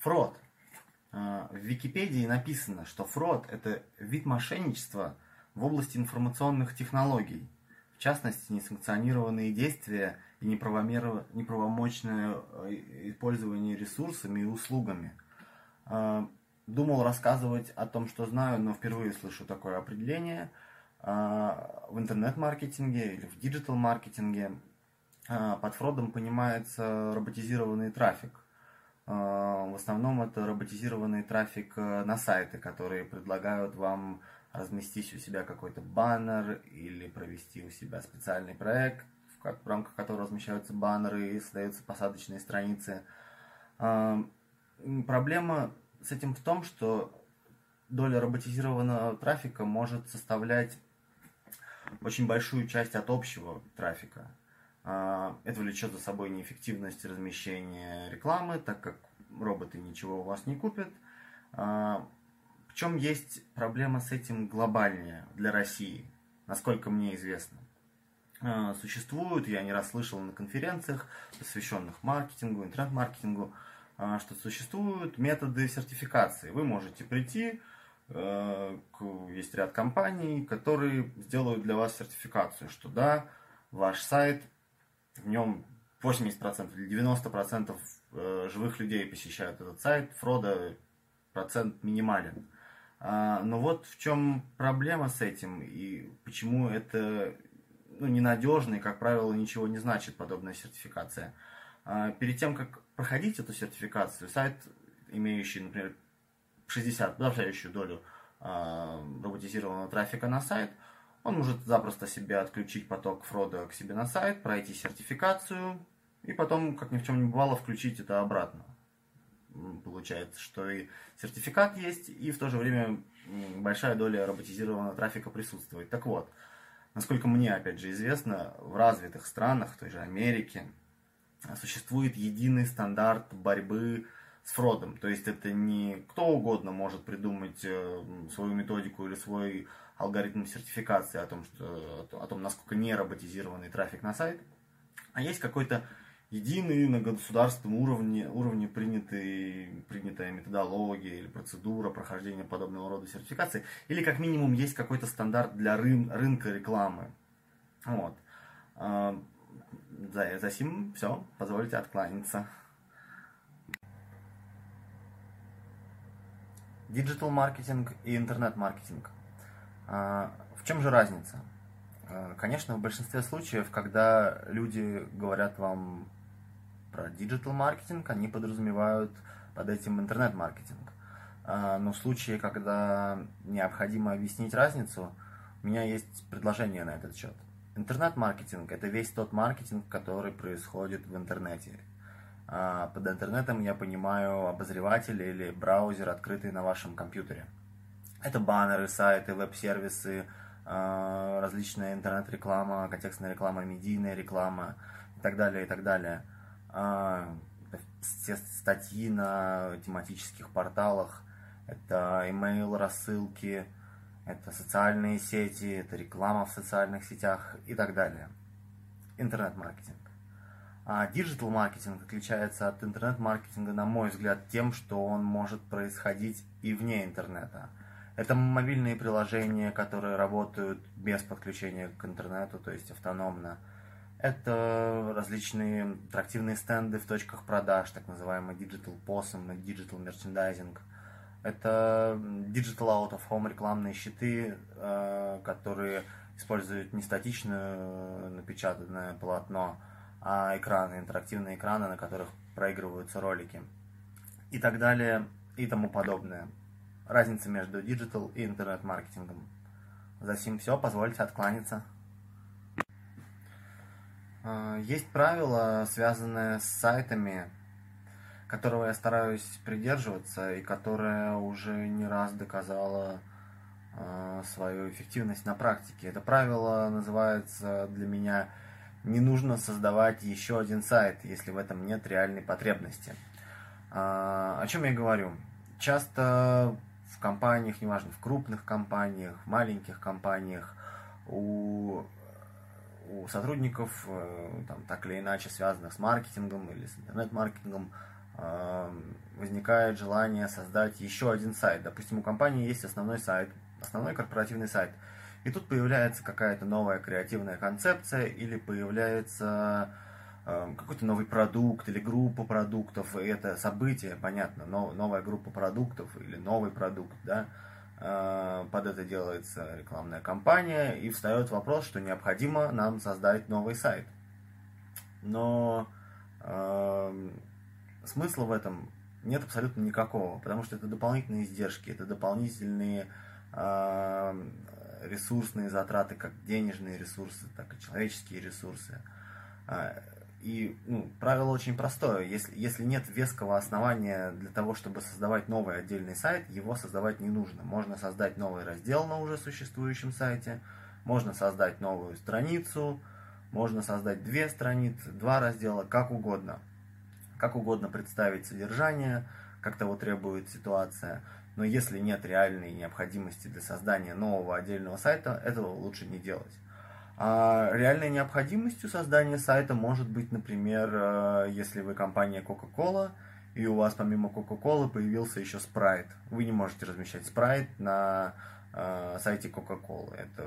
Фрод. В Википедии написано, что фрод – это вид мошенничества в области информационных технологий, в частности, несанкционированные действия и неправомочное использование ресурсами и услугами. Думал рассказывать о том, что знаю, но впервые слышу такое определение. В интернет-маркетинге или в диджитал-маркетинге под фродом понимается роботизированный трафик. В основном это роботизированный трафик на сайты, которые предлагают вам разместить у себя какой-то баннер или провести у себя специальный проект, в рамках которого размещаются баннеры и создаются посадочные страницы. Проблема с этим в том, что доля роботизированного трафика может составлять очень большую часть от общего трафика. Это влечет за собой неэффективность размещения рекламы, так как роботы ничего у вас не купят. В чем есть проблема с этим глобальнее для России, насколько мне известно. Существуют, я не раз слышал на конференциях, посвященных маркетингу, интернет-маркетингу, что существуют методы сертификации. Вы можете прийти, есть ряд компаний, которые сделают для вас сертификацию, что да, ваш сайт, в нем 80% или 90% живых людей посещают этот сайт, фрода процент минимален. Но вот в чем проблема с этим и почему это ненадежно и, как правило, ничего не значит подобная сертификация. Перед тем, как проходить эту сертификацию, сайт, имеющий, например, 60, подавляющую долю роботизированного трафика на сайт, он может запросто себе отключить поток фрода к себе на сайт, пройти сертификацию и потом, как ни в чем не бывало, включить это обратно. Получается, что и сертификат есть, и в то же время большая доля роботизированного трафика присутствует. Так вот, насколько мне, опять же, известно, в развитых странах, в той же Америке, существует единый стандарт борьбы с фродом. То есть это не кто угодно может придумать свою методику или свой алгоритм сертификации о том, насколько не роботизированный трафик на сайт, а есть какой-то единый на государственном уровне принятая методология или процедура прохождения подобного рода сертификации, или как минимум есть какой-то стандарт для рынка рекламы. Вот. За сим все, позвольте откланяться. Диджитал-маркетинг и интернет-маркетинг. В чем же разница? Конечно, в большинстве случаев, когда люди говорят вам про диджитал-маркетинг, они подразумевают под этим интернет-маркетинг. Но в случае, когда необходимо объяснить разницу, у меня есть предложение на этот счет. Интернет-маркетинг – это весь тот маркетинг, который происходит в интернете. Под интернетом я понимаю обозреватель или браузер, открытый на вашем компьютере. Это баннеры, сайты, веб-сервисы, различная интернет-реклама, контекстная реклама, медийная реклама и так далее, и так далее. Все статьи на тематических порталах, это email, рассылки, это социальные сети, это реклама в социальных сетях и так далее. Интернет-маркетинг. А диджитал-маркетинг отличается от интернет-маркетинга, на мой взгляд, тем, что он может происходить и вне интернета. Это мобильные приложения, которые работают без подключения к интернету, то есть автономно. Это различные интерактивные стенды в точках продаж, так называемый Digital POS, Digital Merchandising. Это Digital Out of Home рекламные щиты, которые используют не статичное напечатанное полотно, а экраны, интерактивные экраны, на которых проигрываются ролики. И так далее, и тому подобное. Разница между диджитал и интернет-маркетингом. За сим все, позвольте откланяться. Есть правило, связанное с сайтами, которого я стараюсь придерживаться и которое уже не раз доказало свою эффективность на практике. Это правило называется для меня «не нужно создавать еще один сайт, если в этом нет реальной потребности». О чем я говорю? Часто в компаниях, неважно, в крупных компаниях, в маленьких компаниях, у сотрудников, так или иначе связанных с маркетингом или с интернет-маркетингом, возникает желание создать еще один сайт. Допустим, у компании есть основной сайт, основной корпоративный сайт. И тут появляется какая-то новая креативная концепция или появляется какой-то новый продукт или группа продуктов. И это событие, понятно, новая группа продуктов или новый продукт, да. Под это делается рекламная кампания, и встает вопрос, что необходимо нам создать новый сайт. Но смысла в этом нет абсолютно никакого, потому что это дополнительные издержки, это дополнительные ресурсные затраты, как денежные ресурсы, так и человеческие ресурсы. И правило очень простое. Если нет веского основания для того, чтобы создавать новый отдельный сайт, его создавать не нужно. Можно создать новый раздел на уже существующем сайте, можно создать новую страницу, можно создать 2 страницы, 2 раздела, как угодно. Как угодно представить содержание, как того требует ситуация. Но если нет реальной необходимости для создания нового отдельного сайта, этого лучше не делать. А реальной необходимостью создания сайта может быть, например, если вы компания Coca-Cola, и у вас помимо Coca-Cola появился еще Sprite. Вы не можете размещать Sprite на сайте Coca-Cola. Это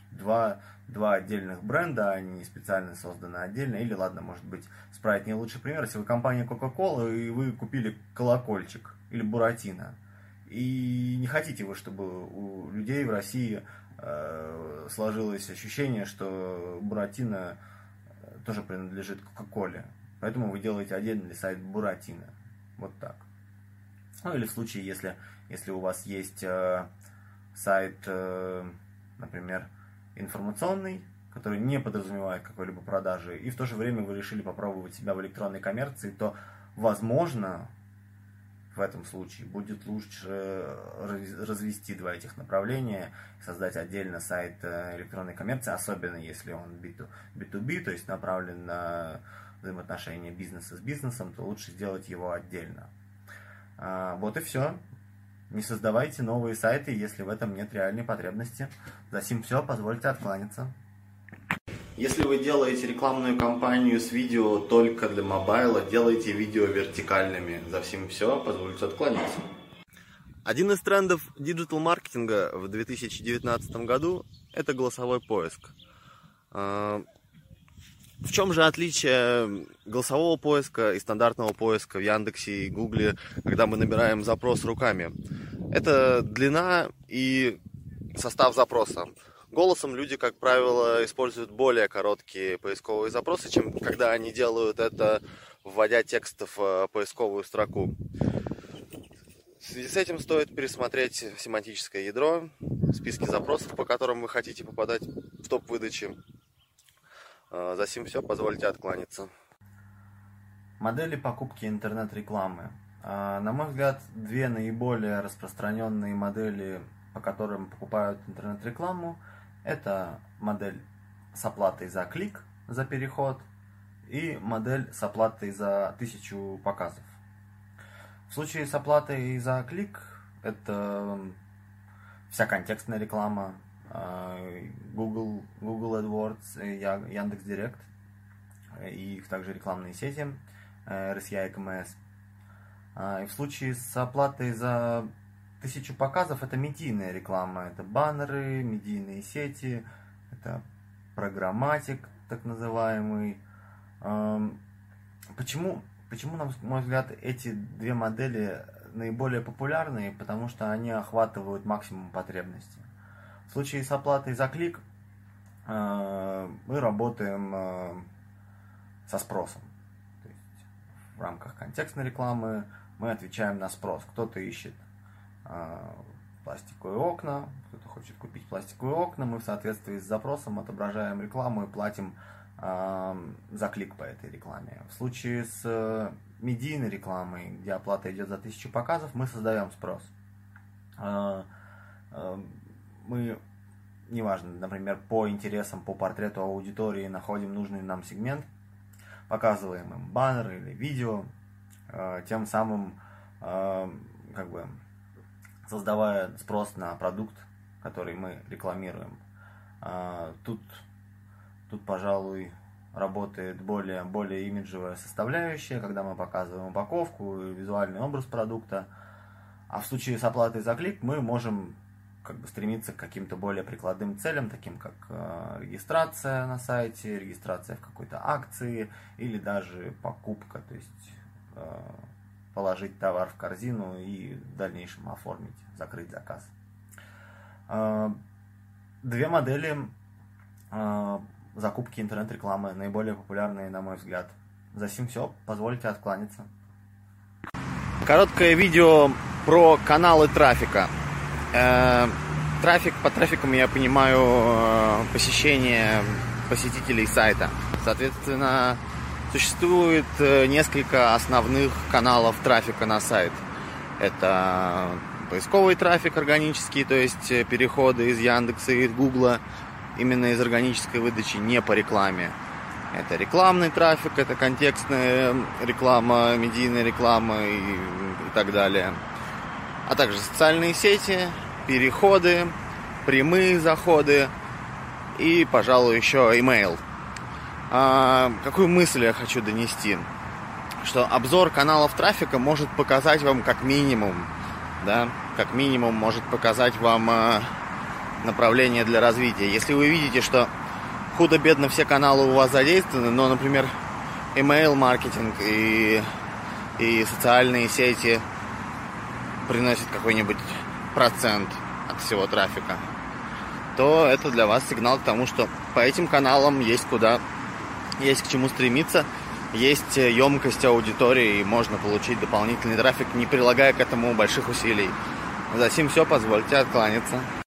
два отдельных бренда, они специально созданы отдельно. Или ладно, может быть, Sprite не лучший пример. Если вы компания Coca-Cola, и вы купили колокольчик или Буратино, и не хотите вы, чтобы у людей в России сложилось ощущение, что Буратино тоже принадлежит Кока-Коле. Поэтому вы делаете отдельный сайт Буратино. Вот так. Ну или в случае, если у вас есть сайт, например, информационный, который не подразумевает какой-либо продажи, и в то же время вы решили попробовать себя в электронной коммерции, то, возможно, в этом случае будет лучше развести 2 этих направления, создать отдельно сайт электронной коммерции, особенно если он B2B, то есть направлен на взаимоотношения бизнеса с бизнесом, то лучше сделать его отдельно. Вот и все. Не создавайте новые сайты, если в этом нет реальной потребности. За сим все, позвольте откланяться. Если вы делаете рекламную кампанию с видео только для мобайла, делайте видео вертикальными. За всем все, позвольте отклониться. Один из трендов диджитал-маркетинга в 2019 году – это голосовой поиск. В чем же отличие голосового поиска и стандартного поиска в Яндексе и Гугле, когда мы набираем запрос руками? Это длина и состав запроса. Голосом люди, как правило, используют более короткие поисковые запросы, чем когда они делают это, вводя текст в поисковую строку. В связи с этим стоит пересмотреть семантическое ядро, списки запросов, по которым вы хотите попадать в топ выдачи. За сим все, позвольте откланяться. Модели покупки интернет-рекламы. На мой взгляд, 2 наиболее распространенные модели, по которым покупают интернет-рекламу, это модель с оплатой за клик, за переход, и модель с оплатой за 1000 показов. В случае с оплатой за клик это вся контекстная реклама, Google AdWords, Яндекс.Директ и их также рекламные сети, RSA и КМС. И в случае с оплатой за 1000 показов это медийная реклама, это баннеры, медийные сети, это программатик так называемый. Почему, на мой взгляд, эти 2 модели наиболее популярны? Потому что они охватывают максимум потребностей. В случае с оплатой за клик мы работаем со спросом. То есть в рамках контекстной рекламы мы отвечаем на спрос. Кто-то ищет пластиковые окна, кто-то хочет купить пластиковые окна, мы в соответствии с запросом отображаем рекламу и платим за клик по этой рекламе. В случае с медийной рекламой, где оплата идет за 1000 показов, мы создаем спрос. Мы, неважно, например, по интересам, по портрету аудитории находим нужный нам сегмент, показываем им баннер или видео, тем самым создавая спрос на продукт, который мы рекламируем. Тут, пожалуй, работает более имиджевая составляющая, когда мы показываем упаковку и визуальный образ продукта. А в случае с оплатой за клик мы можем стремиться к каким-то более прикладным целям, таким как регистрация на сайте, регистрация в какой-то акции или даже покупка, то есть положить товар в корзину и в дальнейшем оформить, закрыть заказ. Две модели закупки интернет-рекламы, наиболее популярные, на мой взгляд. За сим все, позвольте откланяться. Короткое видео про каналы трафика. По трафикам я понимаю посещение посетителей сайта. Соответственно, существует несколько основных каналов трафика на сайт. Это поисковый трафик органический, то есть переходы из Яндекса и из Гугла, именно из органической выдачи, не по рекламе. Это рекламный трафик, это контекстная реклама, медийная реклама и так далее. А также социальные сети, переходы, прямые заходы и, пожалуй, еще email. Какую мысль я хочу донести? Что обзор каналов трафика может показать вам как минимум может показать вам направление для развития. Если вы видите, что худо-бедно все каналы у вас задействованы, но, например, email-маркетинг и социальные сети приносят какой-нибудь процент от всего трафика, то это для вас сигнал к тому, что по этим каналам есть к чему стремиться, есть емкость аудитории, и можно получить дополнительный трафик, не прилагая к этому больших усилий. За сим все, позвольте откланяться.